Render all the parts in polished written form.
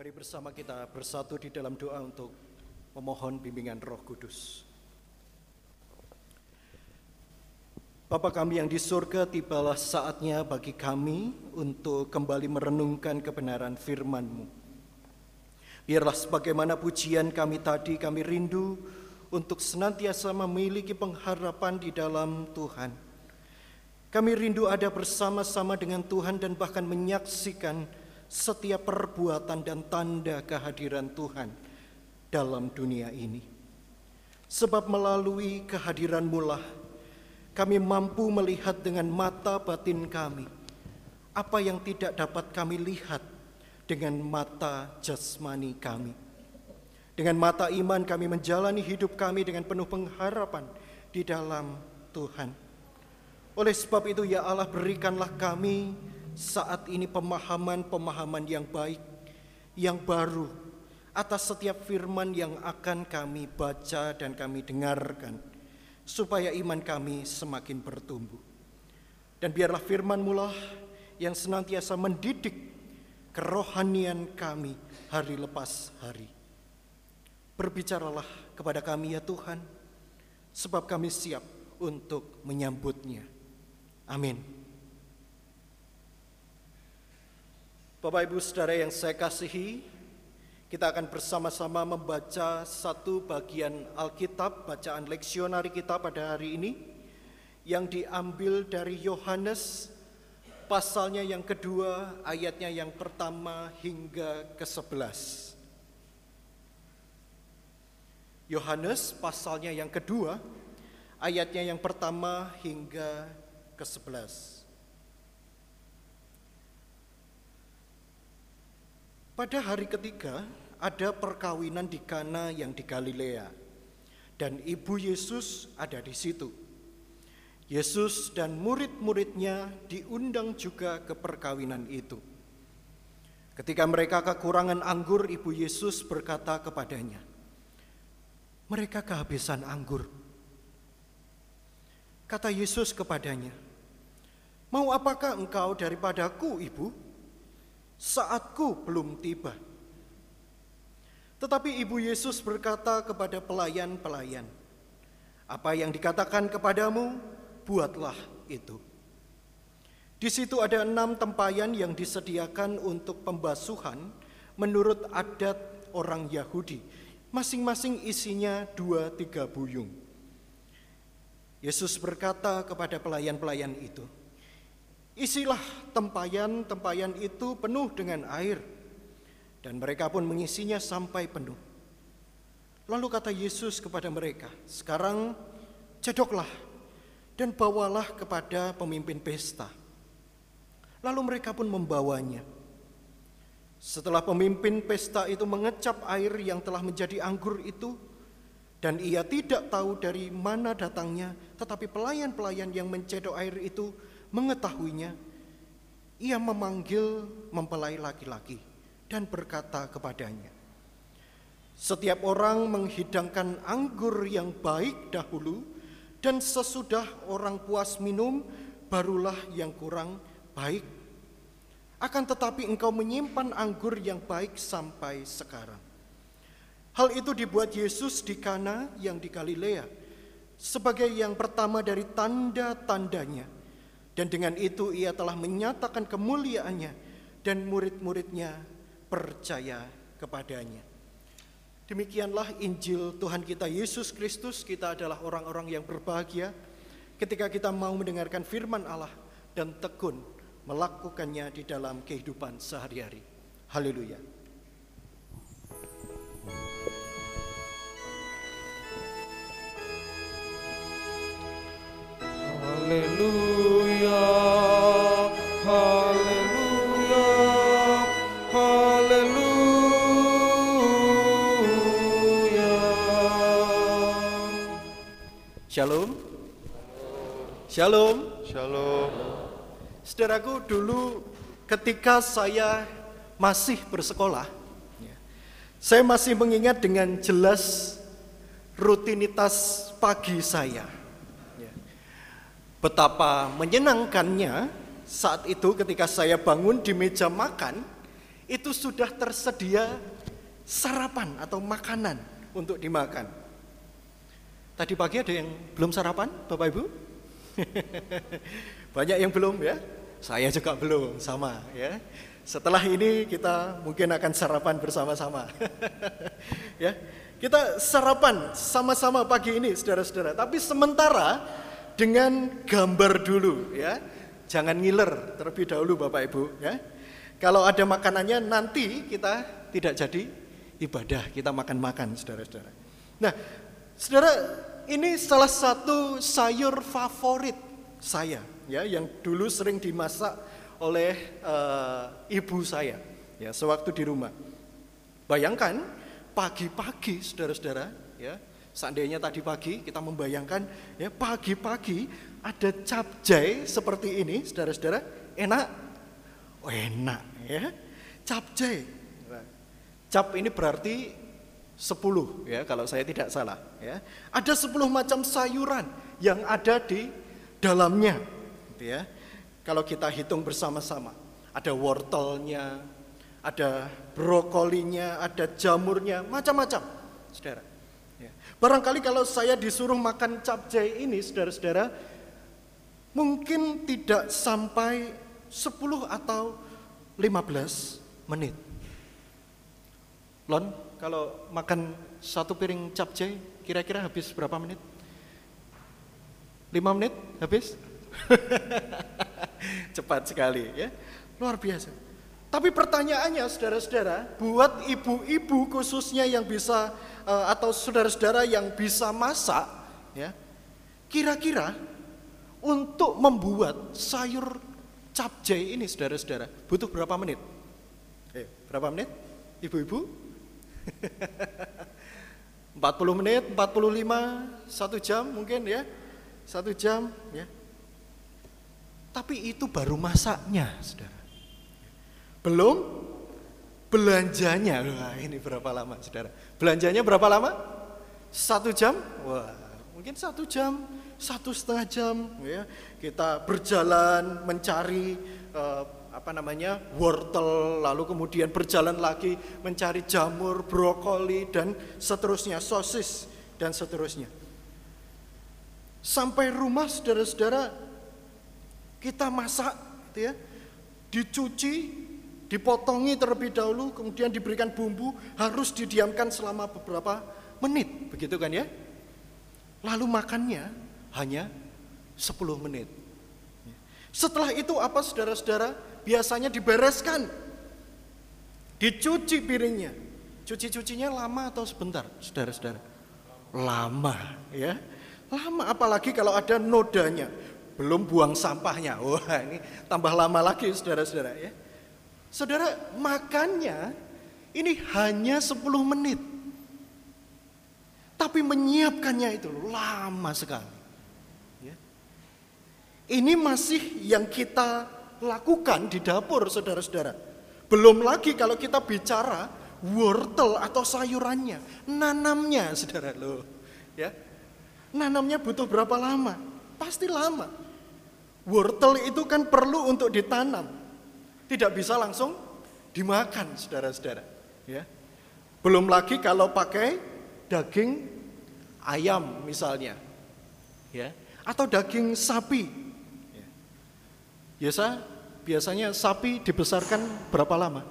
Mari bersama kita bersatu di dalam doa untuk memohon bimbingan Roh Kudus. Bapa kami yang di surga, tibalah saatnya bagi kami untuk kembali merenungkan kebenaran firman-Mu. Biarlah sebagaimana pujian kami tadi, kami rindu untuk senantiasa memiliki pengharapan di dalam Tuhan. Kami rindu ada bersama-sama dengan Tuhan dan bahkan menyaksikan setiap perbuatan dan tanda kehadiran Tuhan dalam dunia ini. Sebab melalui kehadiran-Mu lah kami mampu melihat dengan mata batin kami apa yang tidak dapat kami lihat dengan mata jasmani kami. Dengan mata iman kami menjalani hidup kami dengan penuh pengharapan di dalam Tuhan. Oleh sebab itu ya Allah, berikanlah kami saat ini pemahaman-pemahaman yang baik, yang baru atas setiap firman yang akan kami baca dan kami dengarkan, supaya iman kami semakin bertumbuh. Dan biarlah firman-Mu lah yang senantiasa mendidik kerohanian kami hari lepas hari. Berbicaralah kepada kami ya Tuhan, sebab kami siap untuk menyambutnya. Amin. Bapak Ibu Saudara yang saya kasihi, kita akan bersama-sama membaca satu bagian Alkitab, bacaan leksionari kita pada hari ini, yang diambil dari Yohanes, pasalnya yang kedua, ayatnya yang pertama hingga ke-11. Yohanes, pasalnya yang kedua, ayatnya yang pertama hingga ke-11. Pada hari ketiga ada perkawinan di Kana yang di Galilea, dan ibu Yesus ada di situ. Yesus dan murid-muridnya diundang juga ke perkawinan itu. Ketika mereka kekurangan anggur, ibu Yesus berkata kepadanya, "Mereka kehabisan anggur." Kata Yesus kepadanya, "Mau apakah engkau daripadaku, ibu? Saatku belum tiba." Tetapi ibu Yesus berkata kepada pelayan-pelayan, "Apa yang dikatakan kepadamu, buatlah itu." Di situ ada 6 tempayan yang disediakan untuk pembasuhan menurut adat orang Yahudi. Masing-masing isinya 2-3 buyung. Yesus berkata kepada pelayan-pelayan itu, "Isilah tempayan-tempayan itu penuh dengan air." Dan mereka pun mengisinya sampai penuh. Lalu kata Yesus kepada mereka, "Sekarang cedoklah dan bawalah kepada pemimpin pesta." Lalu mereka pun membawanya. Setelah pemimpin pesta itu mengecap air yang telah menjadi anggur itu, dan ia tidak tahu dari mana datangnya, tetapi pelayan-pelayan yang mencedok air itu mengetahuinya, ia memanggil mempelai laki-laki dan berkata kepadanya, "Setiap orang menghidangkan anggur yang baik dahulu, dan sesudah orang puas minum, barulah yang kurang baik. Akan tetapi engkau menyimpan anggur yang baik sampai sekarang." Hal itu dibuat Yesus di Kana yang di Galilea sebagai yang pertama dari tanda-tandanya. Dan dengan itu ia telah menyatakan kemuliaannya, dan murid-muridnya percaya kepadanya. Demikianlah Injil Tuhan kita Yesus Kristus. Kita adalah orang-orang yang berbahagia ketika kita mau mendengarkan firman Allah dan tekun melakukannya di dalam kehidupan sehari-hari. Haleluya. Haleluya, haleluya, haleluya. Shalom. Shalom. Shalom. Saudaraku, dulu ketika saya masih bersekolah, saya masih mengingat dengan jelas rutinitas pagi saya. Betapa menyenangkannya saat itu ketika saya bangun di meja makan, itu sudah tersedia sarapan atau makanan untuk dimakan. Tadi pagi ada yang belum sarapan, Bapak Ibu? Banyak yang belum ya? Saya juga belum, sama ya. Setelah ini kita mungkin akan sarapan bersama-sama. Ya, kita sarapan sama-sama pagi ini, saudara-saudara. Tapi sementara dengan gambar dulu ya. Jangan ngiler terlebih dahulu Bapak Ibu ya. Kalau ada makanannya nanti kita tidak jadi ibadah, kita makan-makan saudara-saudara. Nah, saudara, ini salah satu sayur favorit saya ya, yang dulu sering dimasak oleh ibu saya ya sewaktu di rumah. Bayangkan pagi-pagi saudara-saudara ya, seandainya tadi pagi kita membayangkan ya, pagi-pagi ada capcay seperti ini, saudara-saudara, enak? Oh, enak ya, capcay. Cap ini berarti 10 ya, kalau saya tidak salah ya. Ada 10 macam sayuran yang ada di dalamnya, gitu ya. Kalau kita hitung bersama-sama, ada wortelnya, ada brokolinya, ada jamurnya, macam-macam, saudara. Ya. Barangkali kalau saya disuruh makan capcay ini, saudara-saudara, mungkin tidak sampai 10 atau 15 menit. Lon, kalau makan satu piring capcay, kira-kira habis berapa menit? 5 menit habis? Cepat sekali ya, luar biasa. Tapi pertanyaannya saudara-saudara, buat ibu-ibu khususnya yang bisa atau saudara-saudara yang bisa masak ya, kira-kira untuk membuat sayur capcay ini saudara-saudara butuh berapa menit? Berapa menit? Ibu-ibu? 40 menit, 45, 1 jam mungkin ya, 1 jam ya. Tapi itu baru masaknya saudara. Belum belanjanya. Wah, ini berapa lama saudara? Belanjanya berapa lama? 1 jam? Wah, mungkin 1 jam, 1,5 jam ya. Kita berjalan mencari wortel, lalu kemudian berjalan lagi mencari jamur, brokoli dan seterusnya, sosis dan seterusnya. Sampai rumah saudara-saudara kita masak gitu ya. Dicuci, dipotongi terlebih dahulu, kemudian diberikan bumbu, harus didiamkan selama beberapa menit, begitu kan ya? Lalu makannya hanya 10 menit. Setelah itu apa saudara-saudara? Biasanya dibereskan, dicuci piringnya. Cuci-cucinya lama atau sebentar, saudara-saudara? Lama ya, lama, apalagi kalau ada nodanya. Belum buang sampahnya, wah ini tambah lama lagi saudara-saudara ya. Saudara, makannya ini hanya 10 menit. Tapi menyiapkannya itu lama sekali. Ya. Ini masih yang kita lakukan di dapur saudara-saudara. Belum lagi kalau kita bicara wortel atau sayurannya, nanamnya saudara loh. Ya. Nanamnya butuh berapa lama? Pasti lama. Wortel itu kan perlu untuk ditanam. Tidak bisa langsung dimakan saudara-saudara. Ya. Belum lagi kalau pakai daging ayam misalnya. Ya. Atau daging sapi. Ya. Biasanya sapi dibesarkan berapa lama?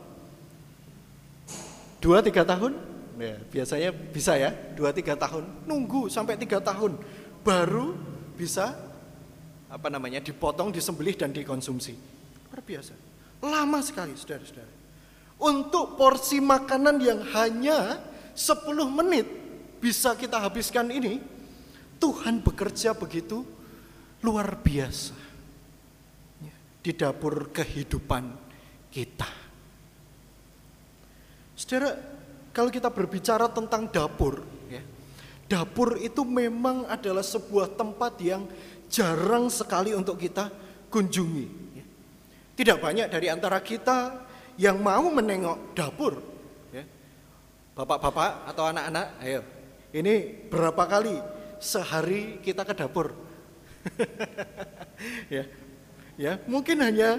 2-3 tahun? Ya, biasanya bisa ya, 2-3 tahun. Nunggu sampai 3 tahun baru bisa dipotong, disembelih dan dikonsumsi. Luar biasa. Lama sekali saudara-saudara. Untuk porsi makanan yang hanya 10 menit bisa kita habiskan ini, Tuhan bekerja begitu luar biasa di dapur kehidupan kita. Saudara, kalau kita berbicara tentang dapur, ya, dapur itu memang adalah sebuah tempat yang jarang sekali untuk kita kunjungi. Tidak banyak dari antara kita yang mau menengok dapur. Bapak-bapak atau anak-anak, ayo, ini berapa kali sehari kita ke dapur? Ya, mungkin hanya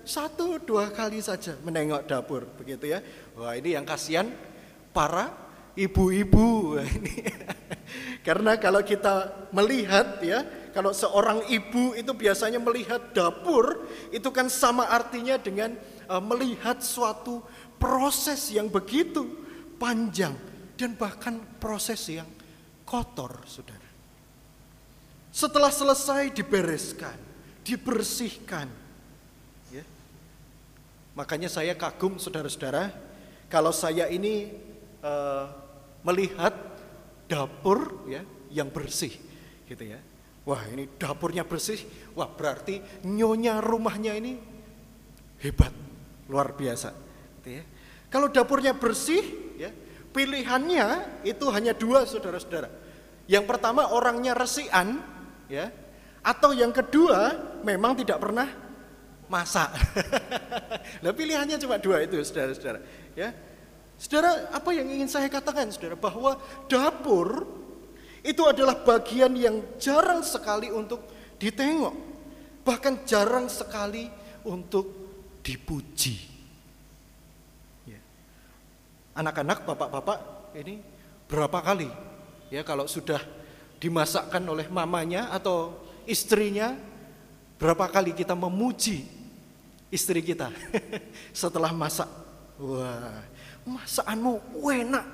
1-2 kali saja menengok dapur, begitu ya. Wah, ini yang kasihan para ibu-ibu. Ini karena kalau kita melihat ya, kalau seorang ibu itu biasanya melihat dapur, itu kan sama artinya dengan melihat suatu proses yang begitu panjang dan bahkan proses yang kotor, saudara. Setelah selesai dibereskan, dibersihkan. Ya. Makanya saya kagum, saudara-saudara, kalau saya ini melihat dapur ya yang bersih, gitu ya. Wah, ini dapurnya bersih, wah berarti nyonya rumahnya ini hebat, luar biasa. Gitu ya. Kalau dapurnya bersih, ya pilihannya itu hanya 2, saudara-saudara. Yang pertama orangnya resian, ya, atau yang kedua memang tidak pernah masak. Nah, pilihannya cuma 2 itu, saudara-saudara. Ya, saudara, apa yang ingin saya katakan, saudara, bahwa dapur itu adalah bagian yang jarang sekali untuk ditengok, bahkan jarang sekali untuk dipuji. Ya. Anak-anak, bapak-bapak, ini berapa kali ya kalau sudah dimasakkan oleh mamanya atau istrinya, berapa kali kita memuji istri kita setelah masak? Wah, masakanmu enak.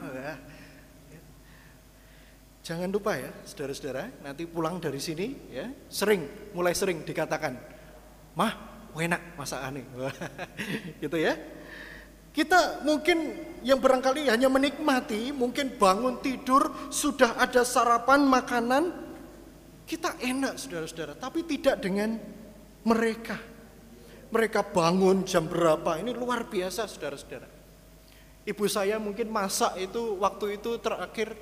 Jangan lupa ya, saudara-saudara, nanti pulang dari sini ya, mulai sering dikatakan, "Mah, enak masakannya." Gitu ya. Kita mungkin yang barangkali hanya menikmati, mungkin bangun tidur sudah ada sarapan makanan, kita enak, saudara-saudara, tapi tidak dengan mereka. Mereka bangun jam berapa, ini luar biasa, saudara-saudara. Ibu saya mungkin masak itu waktu itu terakhir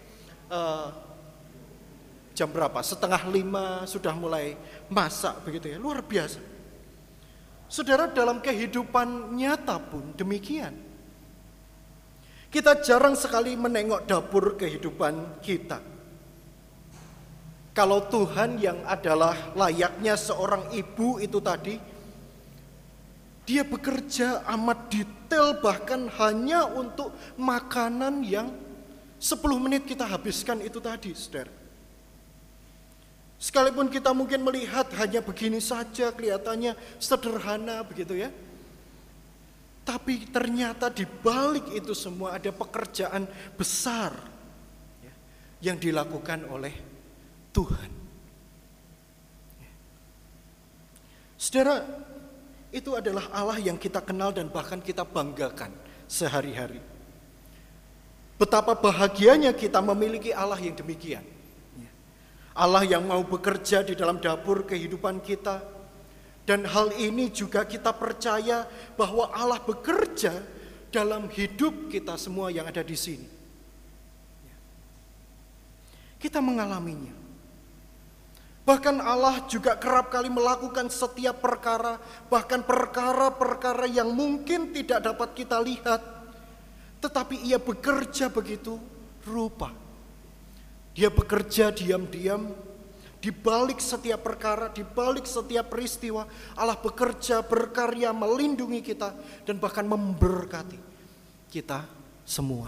jam berapa? 4:30 sudah mulai masak, begitu ya, luar biasa. Saudara, dalam kehidupan nyata pun demikian. Kita jarang sekali menengok dapur kehidupan kita. Kalau Tuhan yang adalah layaknya seorang ibu itu tadi, dia bekerja amat detail, bahkan hanya untuk makanan yang 10 menit kita habiskan itu tadi, saudara. Sekalipun kita mungkin melihat hanya begini saja, kelihatannya sederhana begitu ya. Tapi ternyata di balik itu semua ada pekerjaan besar ya, yang dilakukan oleh Tuhan. Ya. Saudara, itu adalah Allah yang kita kenal dan bahkan kita banggakan sehari-hari. Betapa bahagianya kita memiliki Allah yang demikian. Allah yang mau bekerja di dalam dapur kehidupan kita. Dan hal ini juga kita percaya bahwa Allah bekerja dalam hidup kita semua yang ada di sini. Kita mengalaminya. Bahkan Allah juga kerap kali melakukan setiap perkara, bahkan perkara-perkara yang mungkin tidak dapat kita lihat, tetapi Ia bekerja begitu rupa. Dia bekerja diam-diam, di balik setiap perkara, di balik setiap peristiwa, Allah bekerja, berkarya, melindungi kita, dan bahkan memberkati kita semua.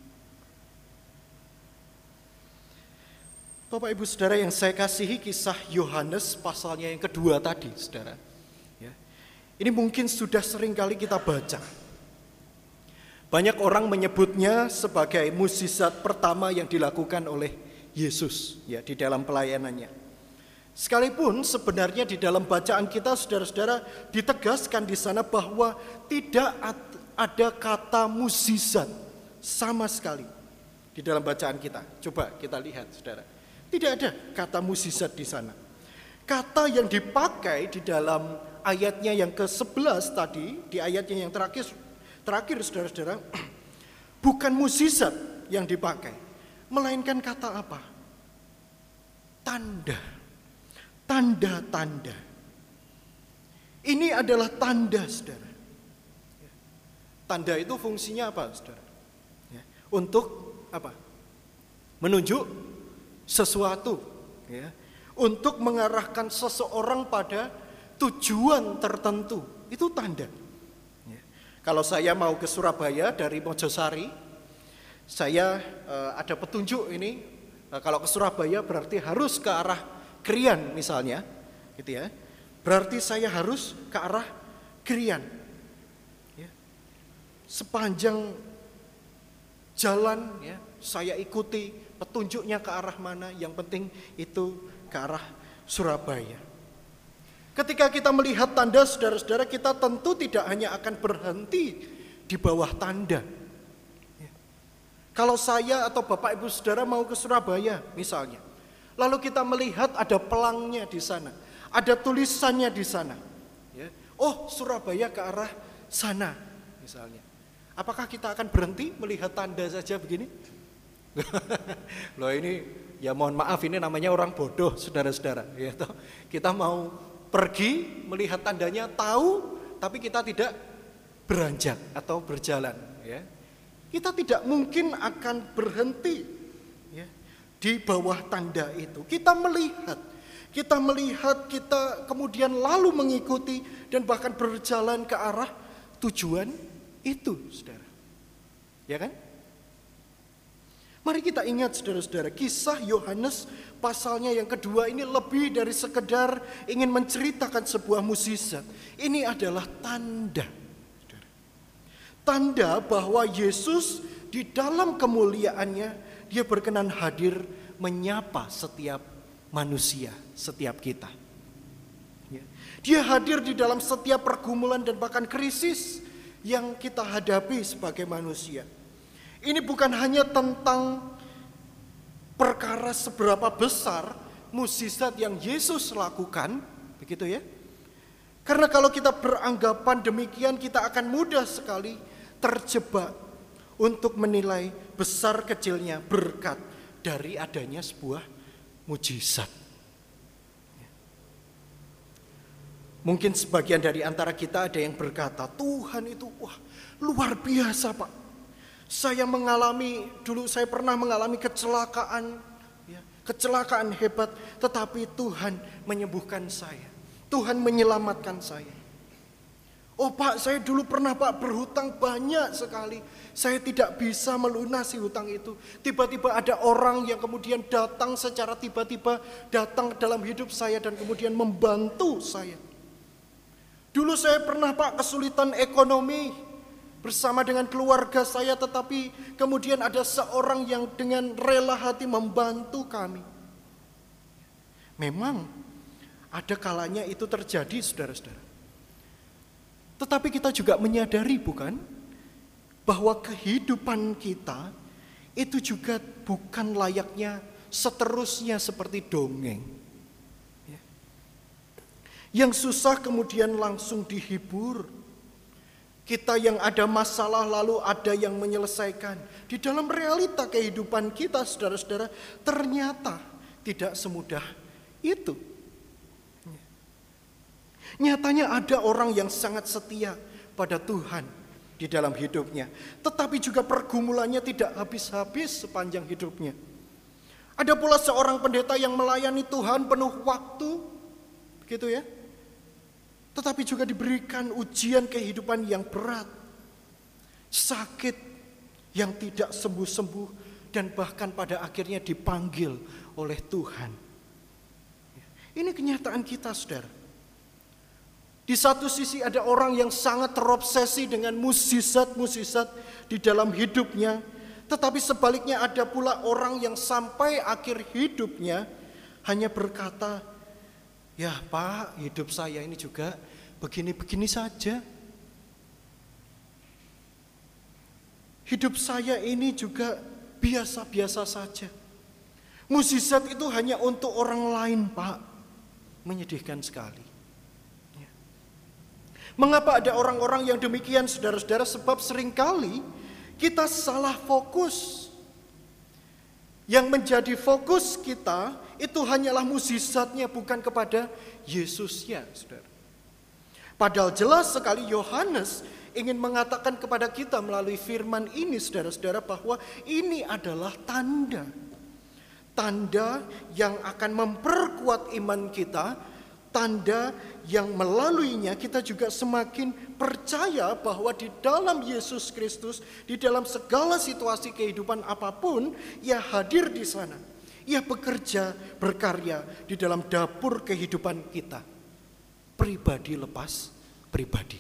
Bapak Ibu Saudara yang saya kasihi, kisah Yohanes pasalnya yang kedua tadi, saudara. Ya. Ini mungkin sudah sering kali kita baca. Banyak orang menyebutnya sebagai mukjizat pertama yang dilakukan oleh Yesus ya di dalam pelayanannya. Sekalipun sebenarnya di dalam bacaan kita, saudara-saudara, ditegaskan di sana bahwa tidak ada kata mukjizat sama sekali di dalam bacaan kita. Coba kita lihat, saudara. Tidak ada kata mukjizat di sana. Kata yang dipakai di dalam ayatnya yang ke-11 tadi, di ayatnya yang terakhir saudara-saudara, bukan mukjizat yang dipakai, melainkan kata apa? Tanda. Tanda-tanda. Ini adalah tanda, saudara. Tanda itu fungsinya apa, saudara? Untuk apa? Menunjuk sesuatu. Ya. Untuk mengarahkan seseorang pada tujuan tertentu. itu tanda. Ya. Kalau saya mau ke Surabaya dari Mojosari, saya ada petunjuk ini, kalau ke Surabaya berarti harus ke arah Krian misalnya, gitu ya. Berarti saya harus ke arah Krian. Ya. Sepanjang jalan ya, saya ikuti petunjuknya ke arah mana, yang penting itu ke arah Surabaya. Ketika kita melihat tanda, saudara-saudara, kita tentu tidak hanya akan berhenti di bawah tanda. Ya. Kalau saya atau Bapak Ibu Saudara mau ke Surabaya misalnya, lalu kita melihat ada pelangnya di sana, ada tulisannya di sana. Ya. Oh, Surabaya ke arah sana misalnya. Apakah kita akan berhenti melihat tanda saja begini? Loh ini, ya mohon maaf, ini namanya orang bodoh, saudara-saudara. Ya, kita mau pergi melihat tandanya, tahu, tapi kita tidak beranjak atau berjalan. Ya. Kita tidak mungkin akan berhenti ya, di bawah tanda itu. Kita melihat, kita kemudian lalu mengikuti dan bahkan berjalan ke arah tujuan itu, saudara. Ya kan? Mari kita ingat, saudara-saudara, kisah Yohanes pasalnya yang kedua ini lebih dari sekedar ingin menceritakan sebuah mukjizat. Ini adalah tanda. Tanda bahwa Yesus di dalam kemuliaannya, dia berkenan hadir menyapa setiap manusia, setiap kita. Dia hadir di dalam setiap pergumulan dan bahkan krisis yang kita hadapi sebagai manusia. Ini bukan hanya tentang perkara seberapa besar mukjizat yang Yesus lakukan, begitu ya. Karena kalau kita beranggapan demikian, kita akan mudah sekali terjebak untuk menilai besar kecilnya berkat dari adanya sebuah mukjizat. Mungkin sebagian dari antara kita ada yang berkata, Tuhan itu wah luar biasa Pak. Saya pernah mengalami kecelakaan, ya, kecelakaan hebat, tetapi Tuhan menyembuhkan saya. Tuhan menyelamatkan saya. Oh Pak, saya dulu pernah Pak berhutang banyak sekali. Saya tidak bisa melunasi hutang itu. Tiba-tiba ada orang yang kemudian datang secara tiba-tiba, datang dalam hidup saya dan kemudian membantu saya. Dulu saya pernah Pak kesulitan ekonomi bersama dengan keluarga saya, tetapi kemudian ada seorang yang dengan rela hati membantu kami. Memang ada kalanya itu terjadi, saudara-saudara. Tetapi kita juga menyadari bukan, bahwa kehidupan kita itu juga bukan layaknya seterusnya seperti dongeng. Yang susah kemudian langsung dihibur. Kita yang ada masalah lalu ada yang menyelesaikan. Di dalam realita kehidupan kita, saudara-saudara, ternyata tidak semudah itu. Nyatanya ada orang yang sangat setia pada Tuhan di dalam hidupnya, tetapi juga pergumulannya tidak habis-habis sepanjang hidupnya. Ada pula seorang pendeta yang melayani Tuhan penuh waktu, begitu ya. Tetapi juga diberikan ujian kehidupan yang berat, sakit yang tidak sembuh-sembuh, dan bahkan pada akhirnya dipanggil oleh Tuhan. Ini kenyataan kita, saudara. Di satu sisi ada orang yang sangat terobsesi dengan mukjizat-mukjizat di dalam hidupnya, tetapi sebaliknya ada pula orang yang sampai akhir hidupnya hanya berkata, ya Pak, hidup saya ini juga begini-begini saja. Hidup saya ini juga biasa-biasa saja. Mukjizat itu hanya untuk orang lain, Pak. Menyedihkan sekali. Ya. Mengapa ada orang-orang yang demikian, saudara-saudara? Sebab seringkali kita salah fokus. Yang menjadi fokus kita itu hanyalah mukjizatnya, bukan kepada Yesusnya, saudara. Padahal jelas sekali Yohanes ingin mengatakan kepada kita melalui firman ini, saudara-saudara, bahwa ini adalah tanda. Tanda yang akan memperkuat iman kita, tanda yang melaluinya kita juga semakin percaya bahwa di dalam Yesus Kristus, di dalam segala situasi kehidupan apapun, Ia hadir di sana. Ia bekerja, berkarya di dalam dapur kehidupan kita. Pribadi lepas pribadi.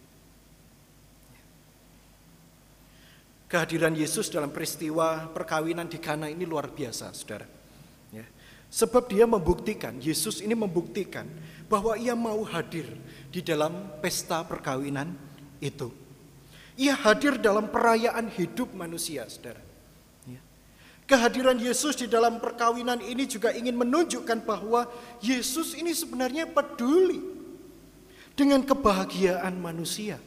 Kehadiran Yesus dalam peristiwa perkawinan di Kana ini luar biasa, saudara. Ya. Sebab dia membuktikan, Yesus ini membuktikan bahwa ia mau hadir di dalam pesta perkawinan itu. Ia hadir dalam perayaan hidup manusia, saudara. Ya. Kehadiran Yesus di dalam perkawinan ini juga ingin menunjukkan bahwa Yesus ini sebenarnya peduli dengan kebahagiaan manusia.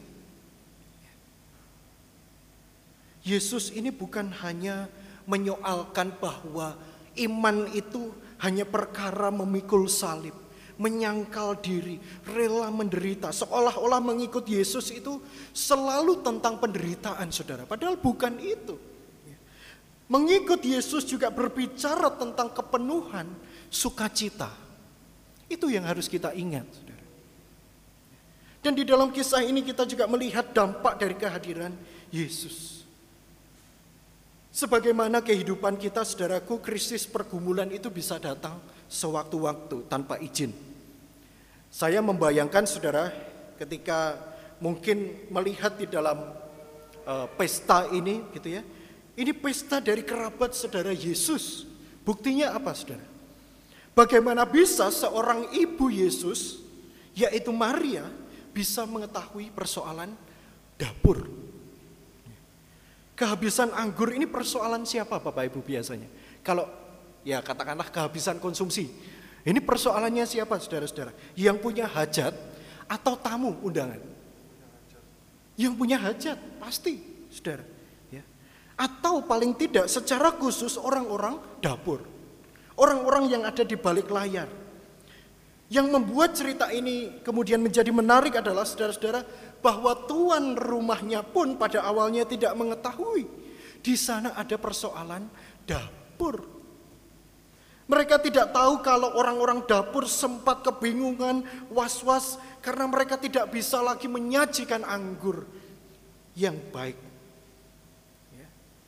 Yesus ini bukan hanya menyoalkan bahwa iman itu hanya perkara memikul salib, menyangkal diri, rela menderita. Seolah-olah mengikut Yesus itu selalu tentang penderitaan, saudara. Padahal bukan itu. Mengikut Yesus juga berbicara tentang kepenuhan sukacita. Itu yang harus kita ingat, saudara. Dan di dalam kisah ini kita juga melihat dampak dari kehadiran Yesus. Sebagaimana kehidupan kita, saudaraku, krisis pergumulan itu bisa datang sewaktu-waktu tanpa izin. Saya membayangkan, saudara, ketika mungkin melihat di dalam pesta ini, gitu ya. Ini pesta dari kerabat saudara Yesus. Buktinya apa, saudara? Bagaimana bisa seorang ibu Yesus, yaitu Maria, bisa mengetahui persoalan dapur? Kehabisan anggur ini persoalan siapa, Bapak Ibu, biasanya? Kalau ya katakanlah kehabisan konsumsi, ini persoalannya siapa, saudara-saudara? Yang punya hajat atau tamu undangan? Yang punya hajat, pasti, saudara. Ya. Atau paling tidak secara khusus orang-orang dapur, orang-orang yang ada di balik layar. Yang membuat cerita ini kemudian menjadi menarik adalah, saudara-saudara, bahwa tuan rumahnya pun pada awalnya tidak mengetahui di sana ada persoalan dapur. Mereka tidak tahu kalau orang-orang dapur sempat kebingungan, was-was karena mereka tidak bisa lagi menyajikan anggur yang baik. Ya.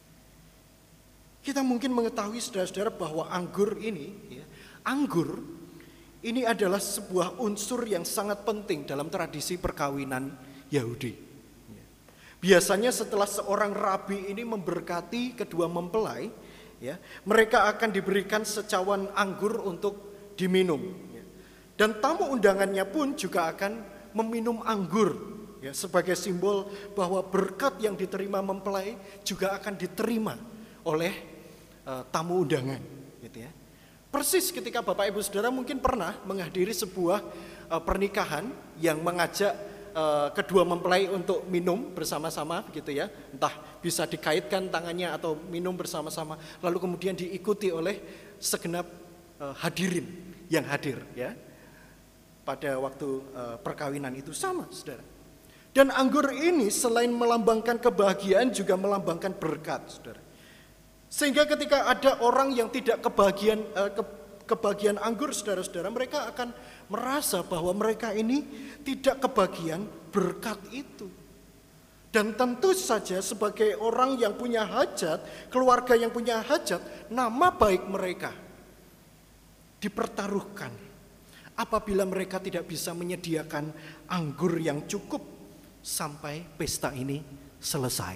Kita mungkin mengetahui, saudara-saudara, bahwa anggur ini, anggur ini adalah sebuah unsur yang sangat penting dalam tradisi perkawinan Yahudi. Biasanya setelah seorang rabi ini memberkati kedua mempelai, ya, mereka akan diberikan secawan anggur untuk diminum. Ya. Dan tamu undangannya pun juga akan meminum anggur, ya, sebagai simbol bahwa berkat yang diterima mempelai juga akan diterima oleh tamu undangan. Gitu ya. Persis ketika Bapak Ibu Saudara mungkin pernah menghadiri sebuah pernikahan yang mengajak kedua mempelai untuk minum bersama-sama, begitu ya, entah bisa dikaitkan tangannya atau minum bersama-sama, lalu kemudian diikuti oleh segenap hadirin yang hadir, ya, pada waktu perkawinan itu sama, saudara. Dan anggur ini selain melambangkan kebahagiaan juga melambangkan berkat, saudara. Sehingga ketika ada orang yang tidak kebagian anggur, saudara-saudara, mereka akan merasa bahwa mereka ini tidak kebagian berkat itu. Dan tentu saja sebagai orang yang punya hajat, keluarga yang punya hajat, nama baik mereka dipertaruhkan apabila mereka tidak bisa menyediakan anggur yang cukup sampai pesta ini selesai.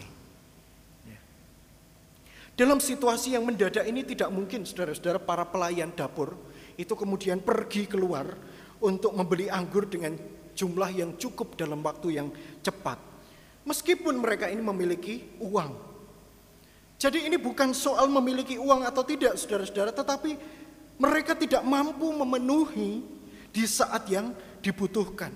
Dalam situasi yang mendadak ini tidak mungkin, saudara-saudara, para pelayan dapur itu kemudian pergi keluar untuk membeli anggur dengan jumlah yang cukup dalam waktu yang cepat. Meskipun mereka ini memiliki uang. Jadi ini bukan soal memiliki uang atau tidak, saudara-saudara, tetapi mereka tidak mampu memenuhi di saat yang dibutuhkan.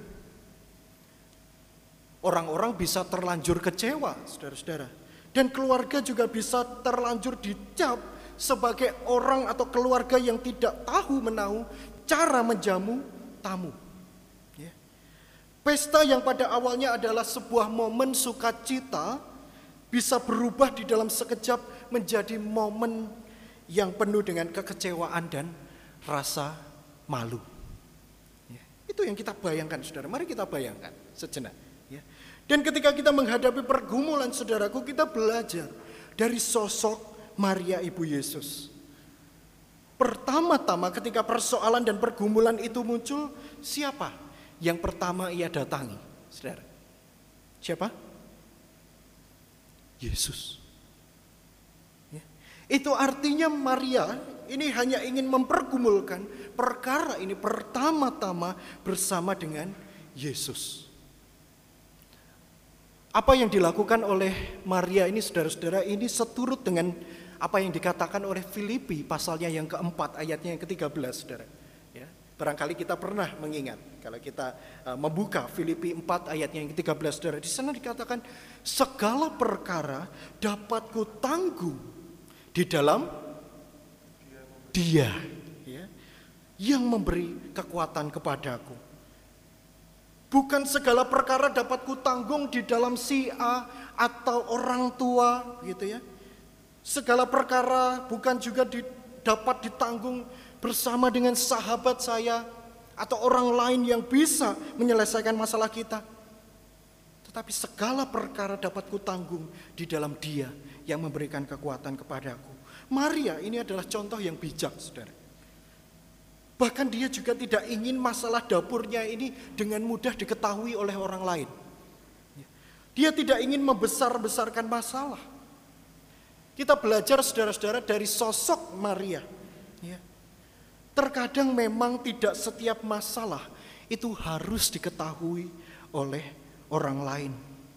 Orang-orang bisa terlanjur kecewa, saudara-saudara. Dan keluarga juga bisa terlanjur dicap sebagai orang atau keluarga yang tidak tahu menahu cara menjamu tamu. Ya. Pesta yang pada awalnya adalah sebuah momen sukacita bisa berubah di dalam sekejap menjadi momen yang penuh dengan kekecewaan dan rasa malu. Ya. Itu yang kita bayangkan, saudara. Mari kita bayangkan sejenak. Ya. Dan ketika kita menghadapi pergumulan, saudaraku, kita belajar dari sosok Maria Ibu Yesus. Pertama-tama ketika persoalan dan pergumulan itu muncul, siapa yang pertama ia datangi, saudara? Siapa? Yesus. Ya. Itu artinya Maria ini hanya ingin mempergumulkan perkara ini pertama-tama bersama dengan Yesus. Apa yang dilakukan oleh Maria ini, saudara-saudara, ini seturut dengan apa yang dikatakan oleh Filipi pasalnya yang keempat ayatnya yang ke-13, saudara. Ya, barangkali kita pernah mengingat kalau kita membuka Filipi 4 ayatnya yang ke-13, saudara. Di sana dikatakan segala perkara dapat kutanggung di dalam Dia, ya, yang memberi kekuatan kepadaku. Bukan segala perkara dapat kutanggung di dalam si A atau orang tua, gitu ya. Segala perkara bukan juga dapat ditanggung bersama dengan sahabat saya atau orang lain yang bisa menyelesaikan masalah kita. Tetapi segala perkara dapat kutanggung di dalam Dia yang memberikan kekuatan kepadaku. Maria ini adalah contoh yang bijak, saudara. Bahkan dia juga tidak ingin masalah dapurnya ini dengan mudah diketahui oleh orang lain. Dia tidak ingin membesar-besarkan masalah. Kita belajar, saudara-saudara, dari sosok Maria. Ya. Terkadang memang tidak setiap masalah itu harus diketahui oleh orang lain.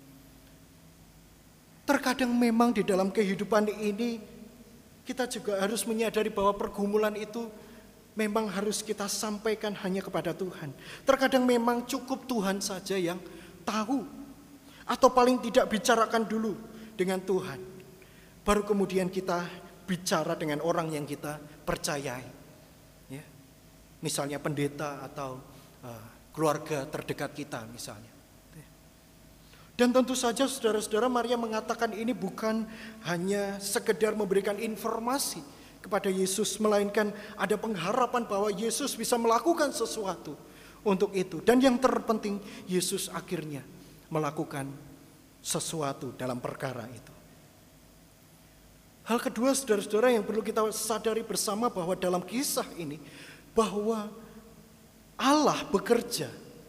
Terkadang memang di dalam kehidupan ini kita juga harus menyadari bahwa pergumulan itu memang harus kita sampaikan hanya kepada Tuhan. Terkadang memang cukup Tuhan saja yang tahu. Atau paling tidak bicarakan dulu dengan Tuhan. Baru kemudian kita bicara dengan orang yang kita percayai. Ya. Misalnya pendeta atau keluarga terdekat kita misalnya. Dan tentu saja saudara-saudara, Maria mengatakan ini bukan hanya sekedar memberikan informasi kepada Yesus, melainkan ada pengharapan bahwa Yesus bisa melakukan sesuatu untuk itu. Dan yang terpenting, Yesus akhirnya melakukan sesuatu dalam perkara itu. Hal kedua, saudara-saudara, yang perlu kita sadari bersama bahwa dalam kisah ini, bahwa Allah bekerja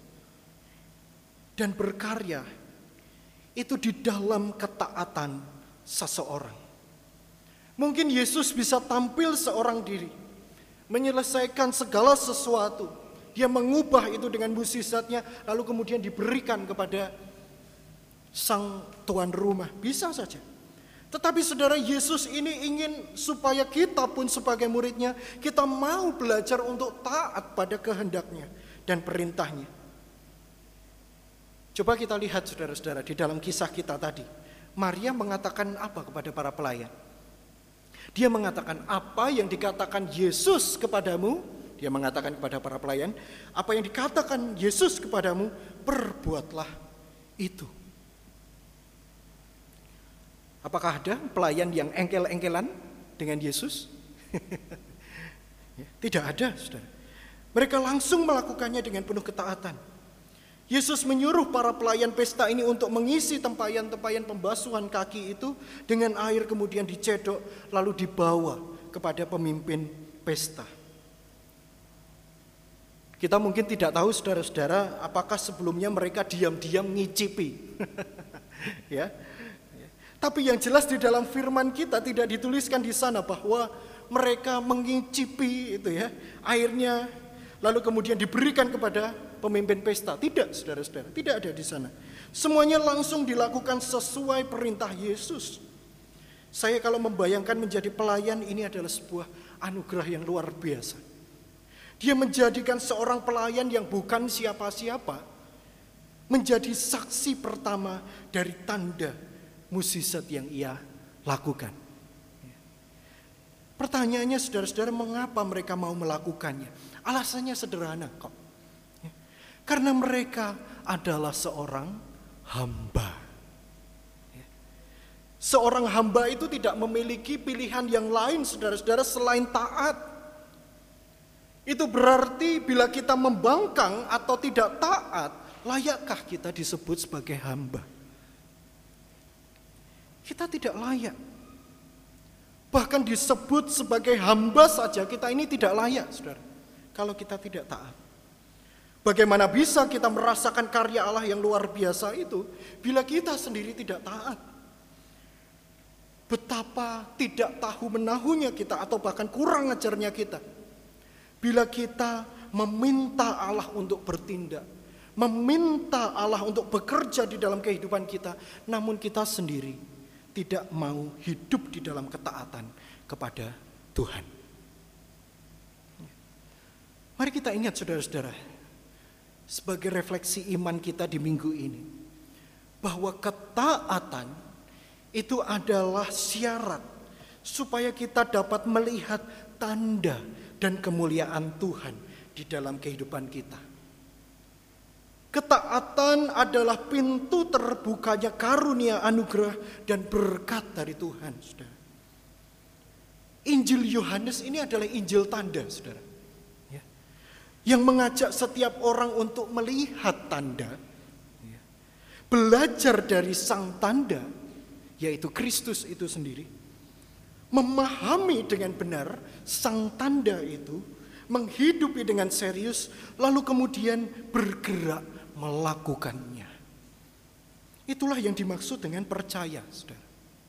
dan berkarya itu di dalam ketaatan seseorang. Mungkin Yesus bisa tampil seorang diri, menyelesaikan segala sesuatu. Dia mengubah itu dengan mukjizatnya, lalu kemudian diberikan kepada sang tuan rumah. Bisa saja. Tetapi saudara, Yesus ini ingin supaya kita pun sebagai muridnya, kita mau belajar untuk taat pada kehendaknya dan perintahnya. Coba kita lihat saudara-saudara di dalam kisah kita tadi. Maria mengatakan apa kepada para pelayan? Dia mengatakan apa yang dikatakan Yesus kepadamu. Dia mengatakan kepada para pelayan, apa yang dikatakan Yesus kepadamu, perbuatlah itu. Apakah ada pelayan yang engkel-engkelan dengan Yesus? Tidak ada, saudara. Mereka langsung melakukannya dengan penuh ketaatan. Yesus menyuruh para pelayan pesta ini untuk mengisi tempayan-tempayan pembasuhan kaki itu dengan air, kemudian dicedok lalu dibawa kepada pemimpin pesta. Kita mungkin tidak tahu, saudara-saudara, apakah sebelumnya mereka diam-diam ngicipi. Ya. Tapi yang jelas di dalam firman kita tidak dituliskan di sana bahwa mereka mengicipi itu ya airnya lalu kemudian diberikan kepada pemimpin pesta. Tidak, saudara-saudara, tidak ada di sana. Semuanya langsung dilakukan sesuai perintah Yesus. Saya kalau membayangkan menjadi pelayan ini adalah sebuah anugerah yang luar biasa. Dia menjadikan seorang pelayan yang bukan siapa-siapa menjadi saksi pertama dari tanda mukjizat yang ia lakukan. Pertanyaannya, saudara-saudara, mengapa mereka mau melakukannya? Alasannya sederhana kok. Karena mereka adalah seorang hamba. Seorang hamba itu tidak memiliki pilihan yang lain, saudara-saudara, selain taat. Itu berarti bila kita membangkang atau tidak taat, layakkah kita disebut sebagai hamba? Kita tidak layak. Bahkan disebut sebagai hamba saja kita ini tidak layak, saudara. Kalau kita tidak taat. Bagaimana bisa kita merasakan karya Allah yang luar biasa itu bila kita sendiri tidak taat? Betapa tidak tahu menahunya kita atau bahkan kurang ajarnya kita. Bila kita meminta Allah untuk bertindak, meminta Allah untuk bekerja di dalam kehidupan kita, namun kita sendiri tidak mau hidup di dalam ketaatan kepada Tuhan. Mari kita ingat saudara-saudara, sebagai refleksi iman kita di minggu ini, bahwa ketaatan itu adalah syarat supaya kita dapat melihat tanda dan kemuliaan Tuhan di dalam kehidupan kita. Ketaatan adalah pintu terbukanya karunia anugerah dan berkat dari Tuhan, saudara. Injil Yohanes ini adalah Injil tanda, saudara. Yang mengajak setiap orang untuk melihat tanda, belajar dari sang tanda, yaitu Kristus itu sendiri, memahami dengan benar sang tanda itu, menghidupi dengan serius, lalu kemudian bergerak melakukannya. Itulah yang dimaksud dengan percaya, saudara.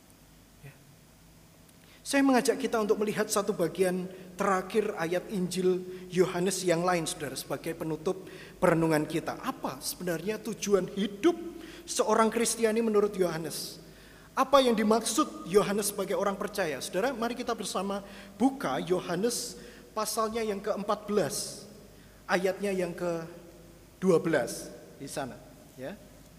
Saya mengajak kita untuk melihat satu bagian terakhir ayat Injil Yohanes yang lain, saudara, sebagai penutup perenungan kita. Apa sebenarnya tujuan hidup seorang Kristiani menurut Yohanes? Apa yang dimaksud Yohanes sebagai orang percaya? Saudara, mari kita bersama buka Yohanes pasalnya yang ke-14, ayatnya yang ke-12 di sana, ya.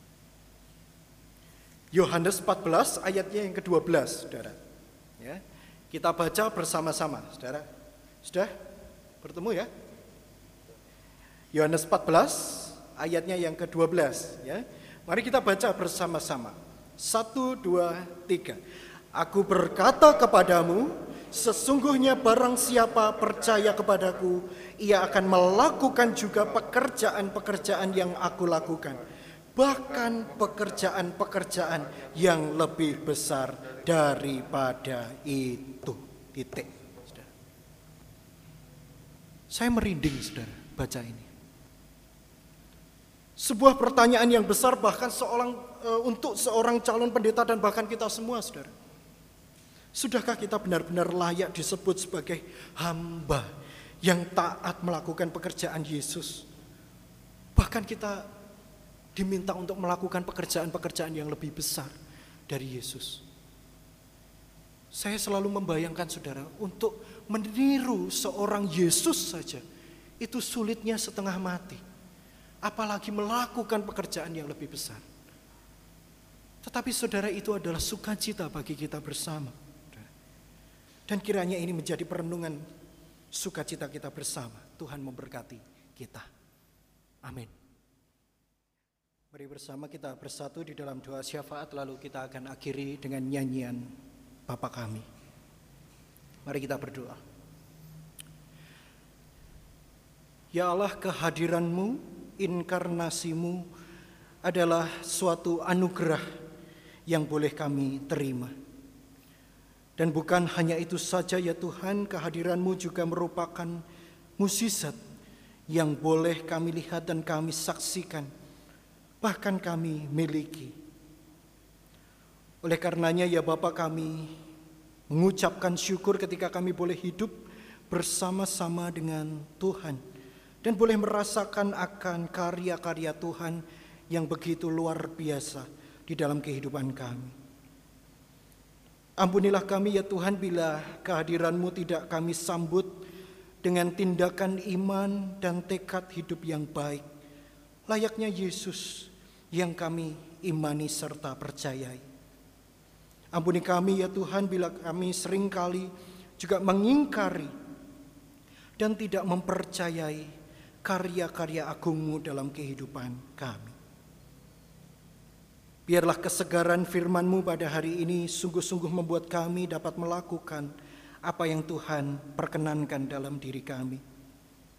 Yohanes 14 ayatnya yang ke-12, saudara. Ya. Kita baca bersama-sama, saudara. Sudah bertemu ya? Yohanes 14 ayatnya yang ke-12, ya. Mari kita baca bersama-sama. 1, 2, 3. Aku berkata kepadamu, sesungguhnya barang siapa percaya kepadaku, ia akan melakukan juga pekerjaan-pekerjaan yang aku lakukan. Bahkan pekerjaan-pekerjaan yang lebih besar daripada itu. Titik. Saudara. Saya merinding, saudara, baca ini. Sebuah pertanyaan yang besar bahkan untuk seorang calon pendeta dan bahkan kita semua, saudara. Sudahkah kita benar-benar layak disebut sebagai hamba yang taat melakukan pekerjaan Yesus? Bahkan kita diminta untuk melakukan pekerjaan-pekerjaan yang lebih besar dari Yesus. Saya selalu membayangkan, saudara, untuk meniru seorang Yesus saja itu sulitnya setengah mati, apalagi melakukan pekerjaan yang lebih besar. Tetapi saudara, itu adalah sukacita bagi kita bersama. Dan kiranya ini menjadi perenungan sukacita kita bersama. Tuhan memberkati kita. Amin. Mari bersama kita bersatu di dalam doa syafaat, lalu kita akan akhiri dengan nyanyian Bapa Kami. Mari kita berdoa. Ya Allah, kehadiran-Mu, inkarnasi-Mu adalah suatu anugerah yang boleh kami terima. Dan bukan hanya itu saja ya Tuhan, kehadiran-Mu juga merupakan mukjizat yang boleh kami lihat dan kami saksikan, bahkan kami miliki. Oleh karenanya ya Bapa, kami mengucapkan syukur ketika kami boleh hidup bersama-sama dengan Tuhan dan boleh merasakan akan karya-karya Tuhan yang begitu luar biasa di dalam kehidupan kami. Ampunilah kami ya Tuhan bila kehadiran-Mu tidak kami sambut dengan tindakan iman dan tekad hidup yang baik, layaknya Yesus yang kami imani serta percayai. Ampuni kami ya Tuhan bila kami seringkali juga mengingkari dan tidak mempercayai karya-karya agung-Mu dalam kehidupan kami. Biarlah kesegaran firman-Mu pada hari ini sungguh-sungguh membuat kami dapat melakukan apa yang Tuhan perkenankan dalam diri kami.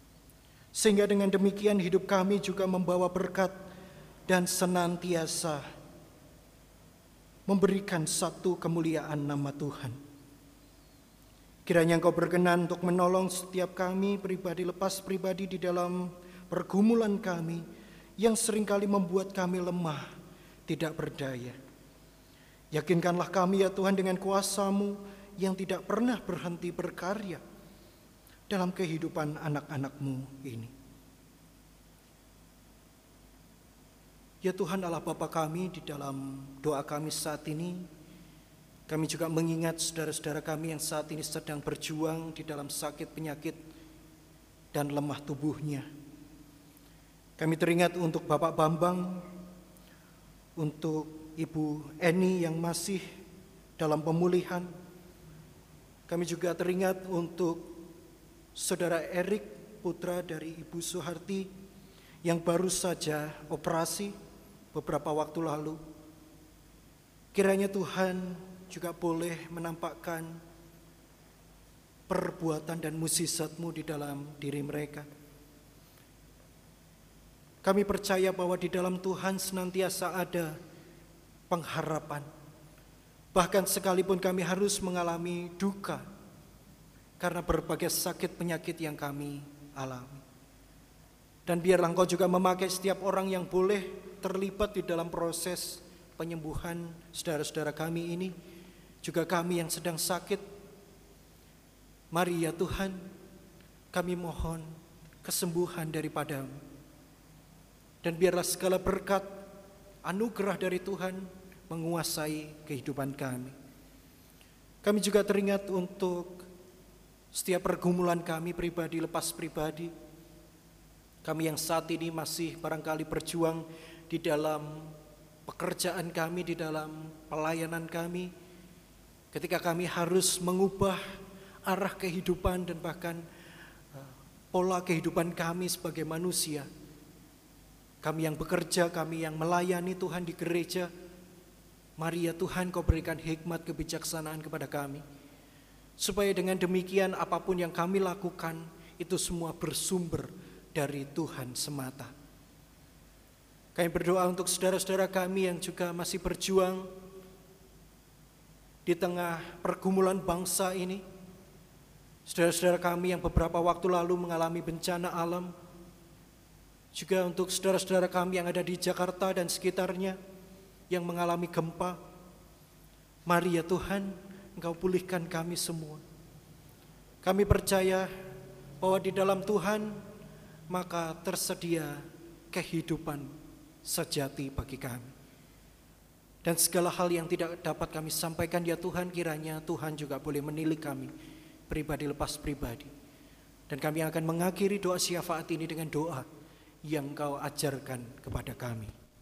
sehingga dengan demikian hidup kami juga membawa berkat dan senantiasa memberikan satu kemuliaan nama Tuhan. Kiranya Engkau berkenan untuk menolong setiap kami pribadi lepas pribadi di dalam pergumulan kami yang seringkali membuat kami lemah, tidak berdaya. Yakinkanlah kami ya Tuhan dengan kuasa-Mu yang tidak pernah berhenti berkarya dalam kehidupan anak-anak-Mu ini. Ya Tuhan Allah Bapa kami, di dalam doa kami saat ini, kami juga mengingat saudara-saudara kami yang saat ini sedang berjuang di dalam sakit, penyakit, dan lemah tubuhnya. Kami teringat untuk Bapak Bambang, untuk Ibu Eni yang masih dalam pemulihan. Kami juga teringat untuk Saudara Erik, putra dari Ibu Suharti, yang baru saja operasi beberapa waktu lalu. Kiranya Tuhan juga boleh menampakkan perbuatan dan mukjizat-Mu di dalam diri mereka. Kami percaya bahwa di dalam Tuhan senantiasa ada pengharapan. Bahkan sekalipun kami harus mengalami duka karena berbagai sakit penyakit yang kami alami. Dan biarlah Engkau juga memakai setiap orang yang boleh terlibat di dalam proses penyembuhan saudara-saudara kami ini, juga kami yang sedang sakit. Mari ya Tuhan, kami mohon kesembuhan daripada-Mu. Dan biarlah segala berkat, anugerah dari Tuhan menguasai kehidupan kami. Kami juga teringat untuk setiap pergumulan kami pribadi lepas pribadi. Kami yang saat ini masih barangkali berjuang di dalam pekerjaan kami, di dalam pelayanan kami. Ketika kami harus mengubah arah kehidupan dan bahkan pola kehidupan kami sebagai manusia. Kami yang bekerja, kami yang melayani Tuhan di gereja. Mari ya Tuhan, Kau berikan hikmat kebijaksanaan kepada kami. Supaya dengan demikian apapun yang kami lakukan, itu semua bersumber dari Tuhan semata. Kami berdoa untuk saudara-saudara kami yang juga masih berjuang di tengah pergumulan bangsa ini. Saudara-saudara kami yang beberapa waktu lalu mengalami bencana alam. Juga untuk saudara-saudara kami yang ada di Jakarta dan sekitarnya yang mengalami gempa. Mari ya Tuhan, Engkau pulihkan kami semua. Kami percaya bahwa di dalam Tuhan maka tersedia kehidupan sejati bagi kami. Dan segala hal yang tidak dapat kami sampaikan ya Tuhan, kiranya Tuhan juga boleh menilik kami pribadi lepas pribadi. Dan kami akan mengakhiri doa syafaat ini dengan doa yang Kau ajarkan kepada kami.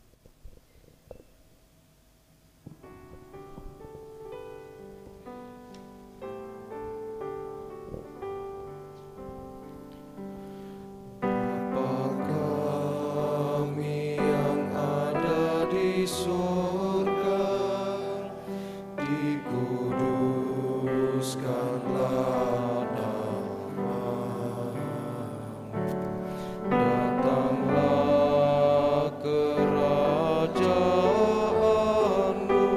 Bapa kami yang ada di surga, dikuduskanlah namamu. Datanglah kerajaanmu,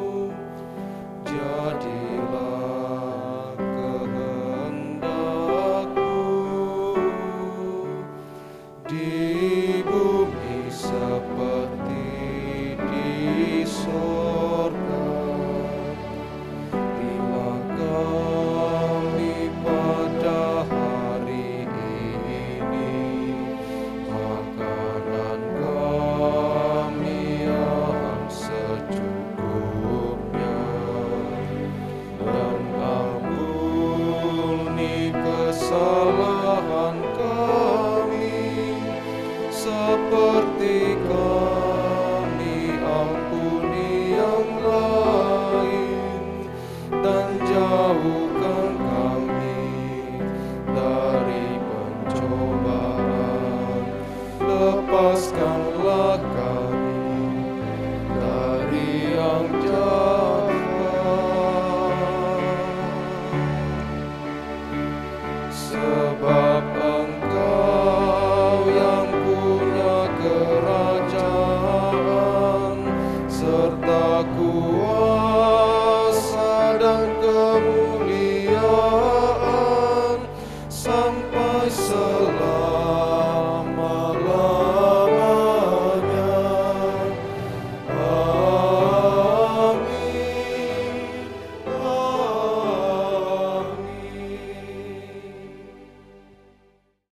jadilah kehendakmu di bumi seperti di sorga. Berilah kami pada hari ini makanan kami yang secukupnya, dan ampuni kesalahan kami seperti kami ampuni yang lain, dan jauhkan kami dari pencobaan, lepaskan